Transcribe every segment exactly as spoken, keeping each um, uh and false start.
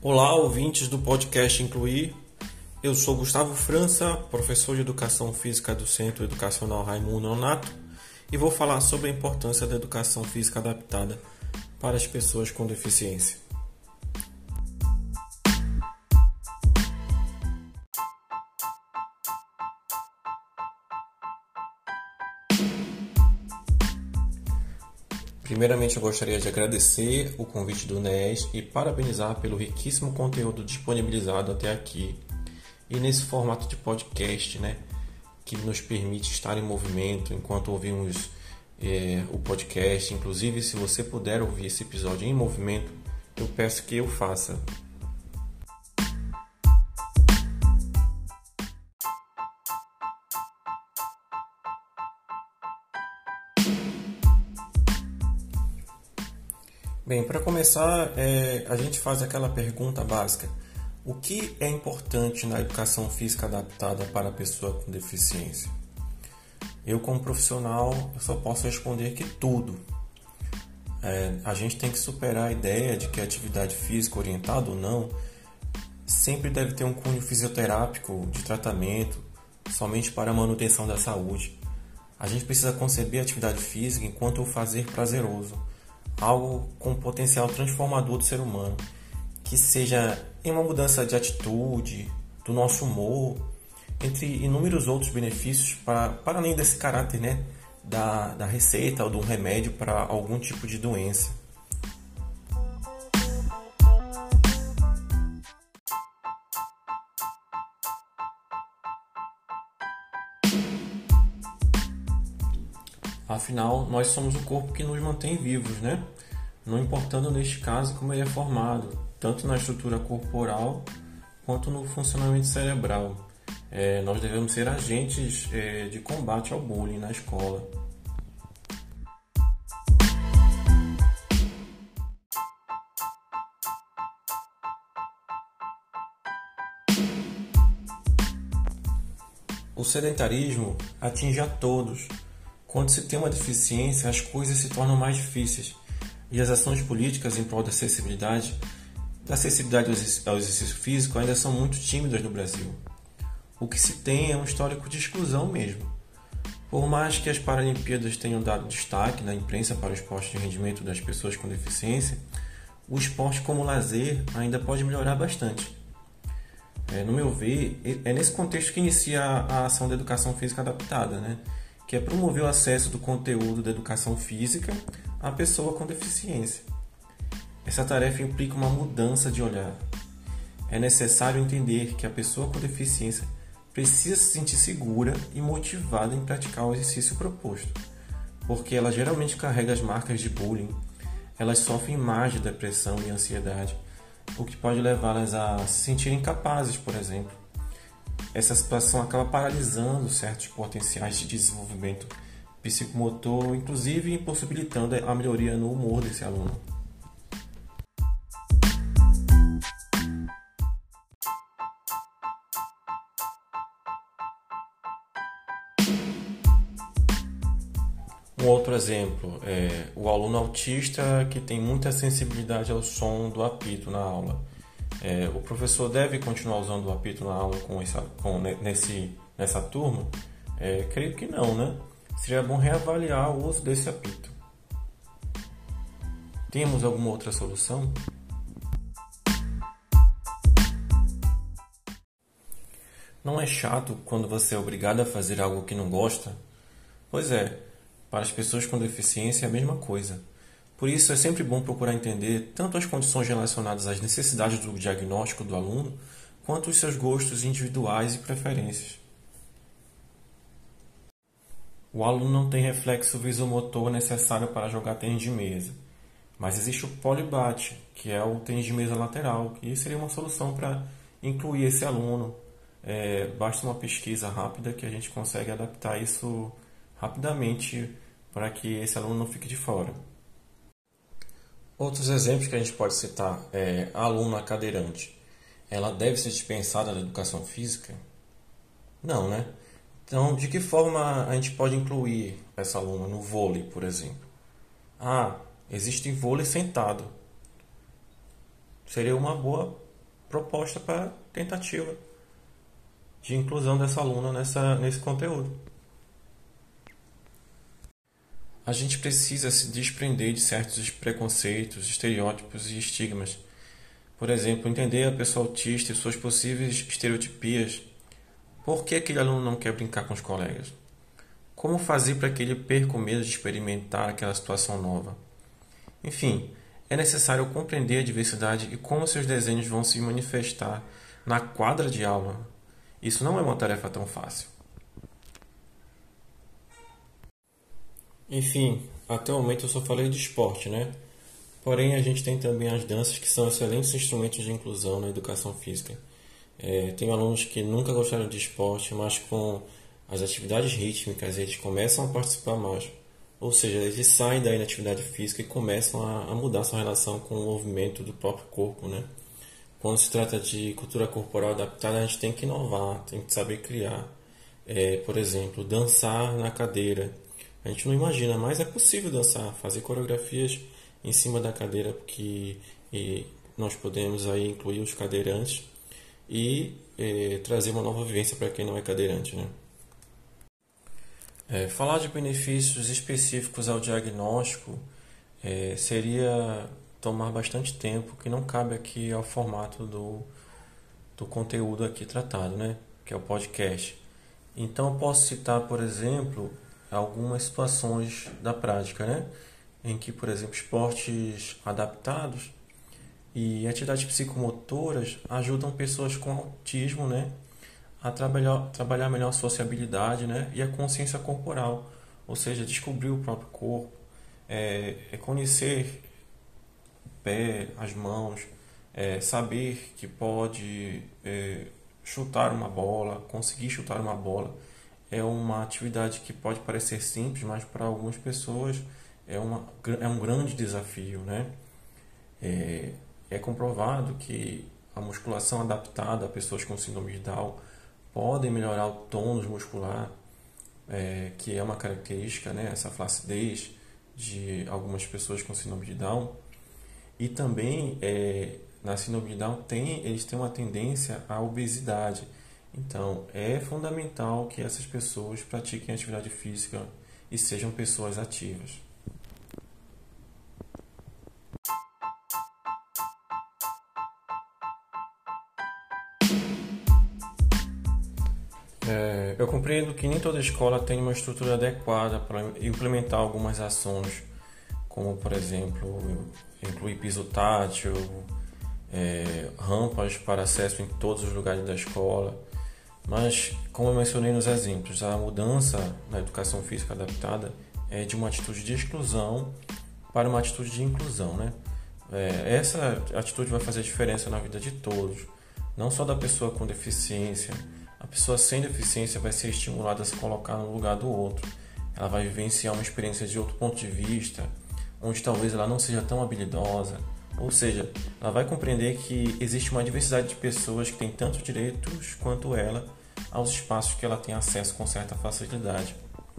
Olá, ouvintes do podcast Incluir. Eu sou Gustavo França, professor de Educação Física do Centro Educacional Raimundo Nonato, e vou falar sobre a importância da educação física adaptada para as pessoas com deficiência. Primeiramente, eu gostaria de agradecer o convite do N E S e parabenizar pelo riquíssimo conteúdo disponibilizado até aqui e nesse formato de podcast, né, que nos permite estar em movimento enquanto ouvimos é, o podcast. Inclusive, se você puder ouvir esse episódio em movimento, eu peço que eu faça. Bem, para começar, é, a gente faz aquela pergunta básica: o que é importante na educação física adaptada para a pessoa com deficiência? Eu, como profissional, eu só posso responder que tudo. É, a gente tem que superar a ideia de que a atividade física, orientada ou não, sempre deve ter um cunho fisioterápico de tratamento, somente para a manutenção da saúde. A gente precisa conceber a atividade física enquanto o fazer prazeroso, algo com potencial transformador do ser humano, que seja em uma mudança de atitude, do nosso humor, entre inúmeros outros benefícios, para, para além desse caráter, né, da, da receita ou do remédio para algum tipo de doença. Afinal, nós somos o corpo que nos mantém vivos, né? Não importando neste caso como ele é formado, tanto na estrutura corporal quanto no funcionamento cerebral. É, nós devemos ser agentes é, de combate ao bullying na escola. O sedentarismo atinge a todos. Quando se tem uma deficiência, as coisas se tornam mais difíceis e as ações políticas em prol da acessibilidade, da acessibilidade ao exercício físico ainda são muito tímidas no Brasil. O que se tem é um histórico de exclusão mesmo. Por mais que as Paralimpíadas tenham dado destaque na imprensa para o esporte de rendimento das pessoas com deficiência, o esporte como lazer ainda pode melhorar bastante. É, no meu ver, é nesse contexto que inicia a ação da educação física adaptada, né? Que é promover o acesso do conteúdo da educação física à pessoa com deficiência. Essa tarefa implica uma mudança de olhar. É necessário entender que a pessoa com deficiência precisa se sentir segura e motivada em praticar o exercício proposto, porque ela geralmente carrega as marcas de bullying, elas sofrem mais de depressão e ansiedade, o que pode levá-las a se sentirem incapazes, por exemplo. Essa situação acaba paralisando certos potenciais de desenvolvimento psicomotor, inclusive impossibilitando a melhoria no humor desse aluno. Um outro exemplo é o aluno autista que tem muita sensibilidade ao som do apito na aula. É, o professor deve continuar usando o apito na aula com essa, com, nesse, nessa turma? É, creio que não, né? Seria bom reavaliar o uso desse apito. Temos alguma outra solução? Não é chato quando você é obrigado a fazer algo que não gosta? Pois é, para as pessoas com deficiência é a mesma coisa. Por isso, é sempre bom procurar entender tanto as condições relacionadas às necessidades do diagnóstico do aluno, quanto os seus gostos individuais e preferências. O aluno não tem reflexo visomotor necessário para jogar tênis de mesa, mas existe o polibate, que é o tênis de mesa lateral, que seria uma solução para incluir esse aluno. É, basta uma pesquisa rápida que a gente consegue adaptar isso rapidamente para que esse aluno não fique de fora. Outros exemplos que a gente pode citar é a aluna cadeirante. Ela deve ser dispensada da educação física? Não, né? Então, de que forma a gente pode incluir essa aluna no vôlei, por exemplo? Ah, existe vôlei sentado. Seria uma boa proposta para tentativa de inclusão dessa aluna nessa, nesse conteúdo. A gente precisa se desprender de certos preconceitos, estereótipos e estigmas. Por exemplo, entender a pessoa autista e suas possíveis estereotipias. Por que aquele aluno não quer brincar com os colegas? Como fazer para que ele perca o medo de experimentar aquela situação nova? Enfim, é necessário compreender a diversidade e como seus desenhos vão se manifestar na quadra de aula. Isso não é uma tarefa tão fácil. Enfim, até o momento eu só falei de esporte, né? Porém, a gente tem também as danças, que são excelentes instrumentos de inclusão na educação física. É, tem alunos que nunca gostaram de esporte, mas com as atividades rítmicas eles começam a participar mais. Ou seja, eles saem da inatividade física e começam a, a mudar sua relação com o movimento do próprio corpo, né? Quando se trata de cultura corporal adaptada, a gente tem que inovar, tem que saber criar. É, por exemplo, dançar na cadeira. A gente não imagina, mas é possível dançar, fazer coreografias em cima da cadeira, porque e nós podemos aí incluir os cadeirantes e é, trazer uma nova vivência para quem não é cadeirante, né? É, falar de benefícios específicos ao diagnóstico é, seria tomar bastante tempo, que não cabe aqui ao formato do, do conteúdo aqui tratado, né? Que é o podcast. Então, eu posso citar, por exemplo, algumas situações da prática, né? Em que, por exemplo, esportes adaptados e atividades psicomotoras ajudam pessoas com autismo, né, a trabalhar, trabalhar melhor a sociabilidade, né, e a consciência corporal, ou seja, descobrir o próprio corpo, é, é conhecer o pé, as mãos, é, saber que pode é, chutar uma bola, conseguir chutar uma bola. É uma atividade que pode parecer simples, mas para algumas pessoas é, uma, é um grande desafio, né? É, é comprovado que a musculação adaptada a pessoas com síndrome de Down podem melhorar o tônus muscular, é, que é uma característica, né? Essa flacidez de algumas pessoas com síndrome de Down. E também é, na síndrome de Down tem, eles têm uma tendência à obesidade. Então, é fundamental que essas pessoas pratiquem atividade física e sejam pessoas ativas. É, eu compreendo que nem toda escola tem uma estrutura adequada para implementar algumas ações, como, por exemplo, incluir piso tátil, é, rampas para acesso em todos os lugares da escola. Mas, como eu mencionei nos exemplos, a mudança na educação física adaptada é de uma atitude de exclusão para uma atitude de inclusão, né? É, essa atitude vai fazer diferença na vida de todos, não só da pessoa com deficiência. A pessoa sem deficiência vai ser estimulada a se colocar no lugar do outro. Ela vai vivenciar uma experiência de outro ponto de vista, onde talvez ela não seja tão habilidosa. Ou seja, ela vai compreender que existe uma diversidade de pessoas que têm tanto direitos quanto ela aos espaços que ela tem acesso com certa facilidade.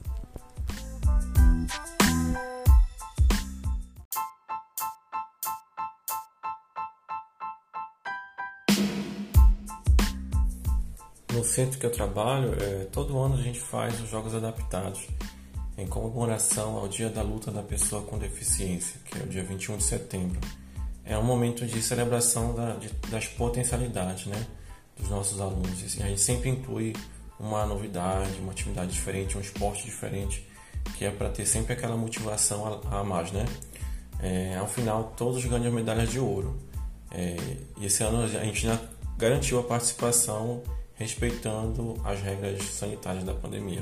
No centro que eu trabalho, é, todo ano a gente faz os Jogos Adaptados, em comemoração ao Dia da Luta da Pessoa com Deficiência, que é o dia vinte e um de setembro. É um momento de celebração da, de, das potencialidades, né, dos nossos alunos. E a gente sempre inclui uma novidade, uma atividade diferente, um esporte diferente, que é para ter sempre aquela motivação a, a mais, né? É, ao final, todos ganham medalhas de ouro. É, e esse ano a gente já garantiu a participação respeitando as regras sanitárias da pandemia.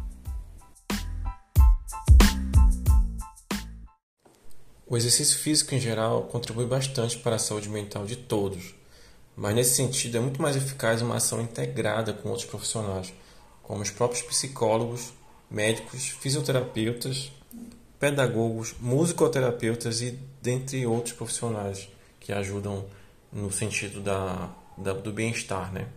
O exercício físico em geral contribui bastante para a saúde mental de todos, mas nesse sentido é muito mais eficaz uma ação integrada com outros profissionais, como os próprios psicólogos, médicos, fisioterapeutas, pedagogos, musicoterapeutas e dentre outros profissionais que ajudam no sentido da, da, do bem-estar, né?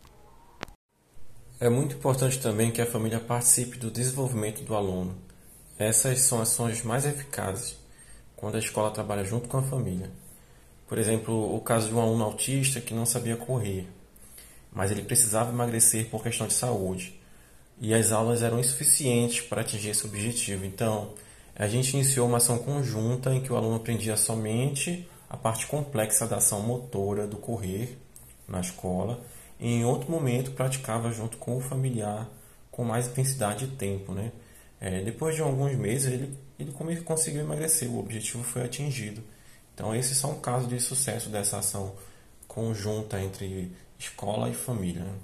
É muito importante também que a família participe do desenvolvimento do aluno. Essas são ações mais eficazes quando a escola trabalha junto com a família. Por exemplo, o caso de um aluno autista que não sabia correr, mas ele precisava emagrecer por questão de saúde. E as aulas eram insuficientes para atingir esse objetivo. Então, a gente iniciou uma ação conjunta em que o aluno aprendia somente a parte complexa da ação motora do correr na escola e em outro momento praticava junto com o familiar com mais intensidade e tempo, né? É, depois de alguns meses ele, ele conseguiu emagrecer, o objetivo foi atingido. Então esses são casos de sucesso dessa ação conjunta entre escola e família, né?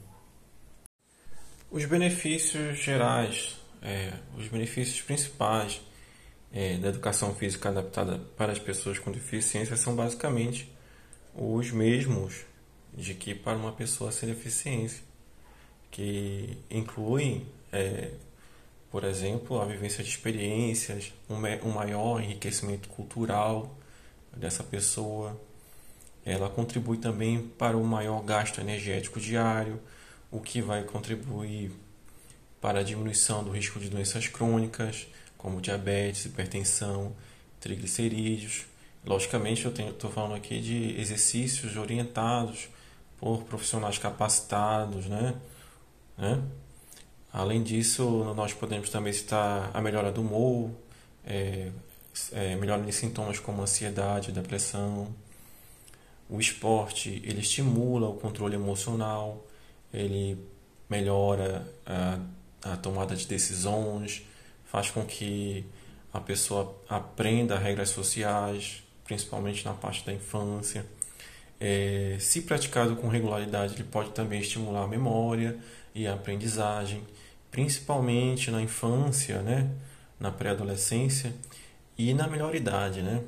Os benefícios gerais, é, os benefícios principais é, da educação física adaptada para as pessoas com deficiência são basicamente os mesmos de que para uma pessoa sem deficiência, que incluem, é, por exemplo, a vivência de experiências, um, um maior enriquecimento cultural dessa pessoa. Ela contribui também para o maior gasto energético diário, o que vai contribuir para a diminuição do risco de doenças crônicas, como diabetes, hipertensão, triglicerídeos. Logicamente, eu estou falando aqui de exercícios orientados por profissionais capacitados, né? né? Além disso, nós podemos também citar a melhora do humor, é, é, melhora de sintomas como ansiedade, depressão. O esporte, ele estimula o controle emocional, ele melhora a, a tomada de decisões, faz com que a pessoa aprenda regras sociais, principalmente na parte da infância. É, se praticado com regularidade, ele pode também estimular a memória e a aprendizagem, principalmente na infância, né? Na pré-adolescência e na melhor idade, né?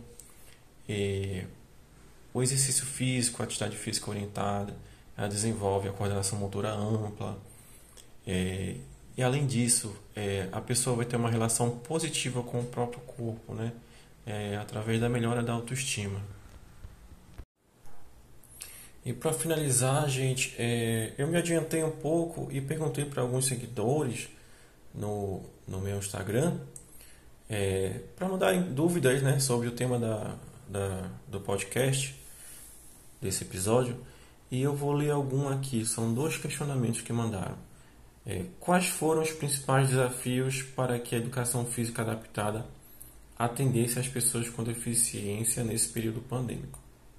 E o exercício físico, a atividade física orientada, ela desenvolve a coordenação motora ampla. É, e além disso, é, a pessoa vai ter uma relação positiva com o próprio corpo, né? É, através da melhora da autoestima. E para finalizar, gente, é, eu me adiantei um pouco e perguntei para alguns seguidores no, no meu Instagram, é, para não darem dúvidas, né, sobre o tema da, da, do podcast, desse episódio, e eu vou ler algum aqui. São dois questionamentos que mandaram. É, quais foram os principais desafios para que a educação física adaptada atendesse às pessoas com deficiência nesse período pandêmico?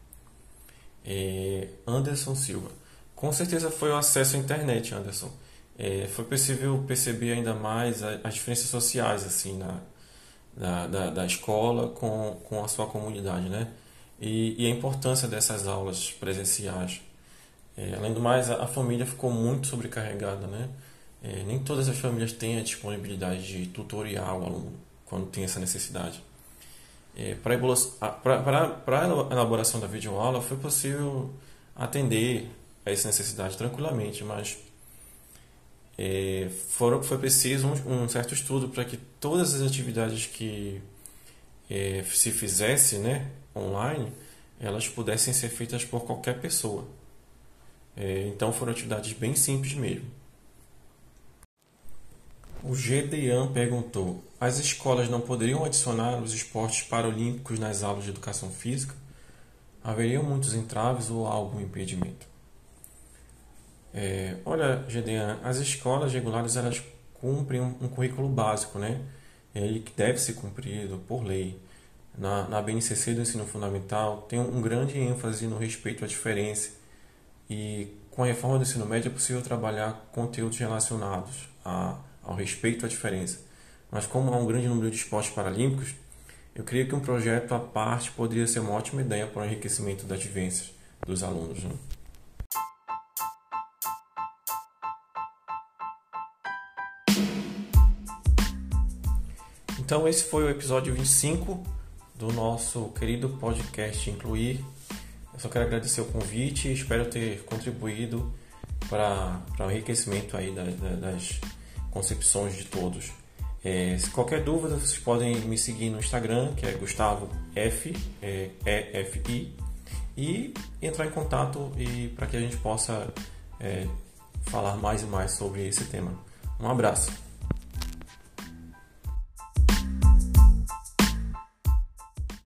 É, Anderson Silva. Com certeza foi o acesso à internet, Anderson. É, foi possível perceber ainda mais as diferenças sociais assim na, da, da, da escola com, com a sua comunidade, né? E, e a importância dessas aulas presenciais. É, além do mais, a, a família ficou muito sobrecarregada, né? É, nem todas as famílias têm a disponibilidade de tutoriar o aluno quando tem essa necessidade. É, para a elaboração da videoaula foi possível atender a essa necessidade tranquilamente, mas é, foram, foi preciso um, um certo estudo para que todas as atividades que é, se fizesse, né, online, elas pudessem ser feitas por qualquer pessoa. É, então foram atividades bem simples mesmo. O Gedean perguntou: as escolas não poderiam adicionar os esportes paralímpicos nas aulas de educação física? Haveriam muitos entraves ou algum impedimento? É, olha, Gedean, as escolas regulares elas cumprem um, um currículo básico, né? Ele que deve ser cumprido por lei. Na, na B N C C do ensino fundamental tem um grande ênfase no respeito à diferença, e com a reforma do ensino médio é possível trabalhar conteúdos relacionados a ao respeito à diferença. Mas como há um grande número de esportes paralímpicos, eu creio que um projeto à parte poderia ser uma ótima ideia para o enriquecimento das vivências dos alunos, né? Então esse foi o episódio vinte e cinco do nosso querido podcast Incluir. Eu só quero agradecer o convite e espero ter contribuído para, para o enriquecimento aí das, das concepções de todos. É, se qualquer dúvida, vocês podem me seguir no Instagram, que é Gustavo F, é, E F I, e entrar em contato e para que a gente possa é, falar mais e mais sobre esse tema. Um abraço.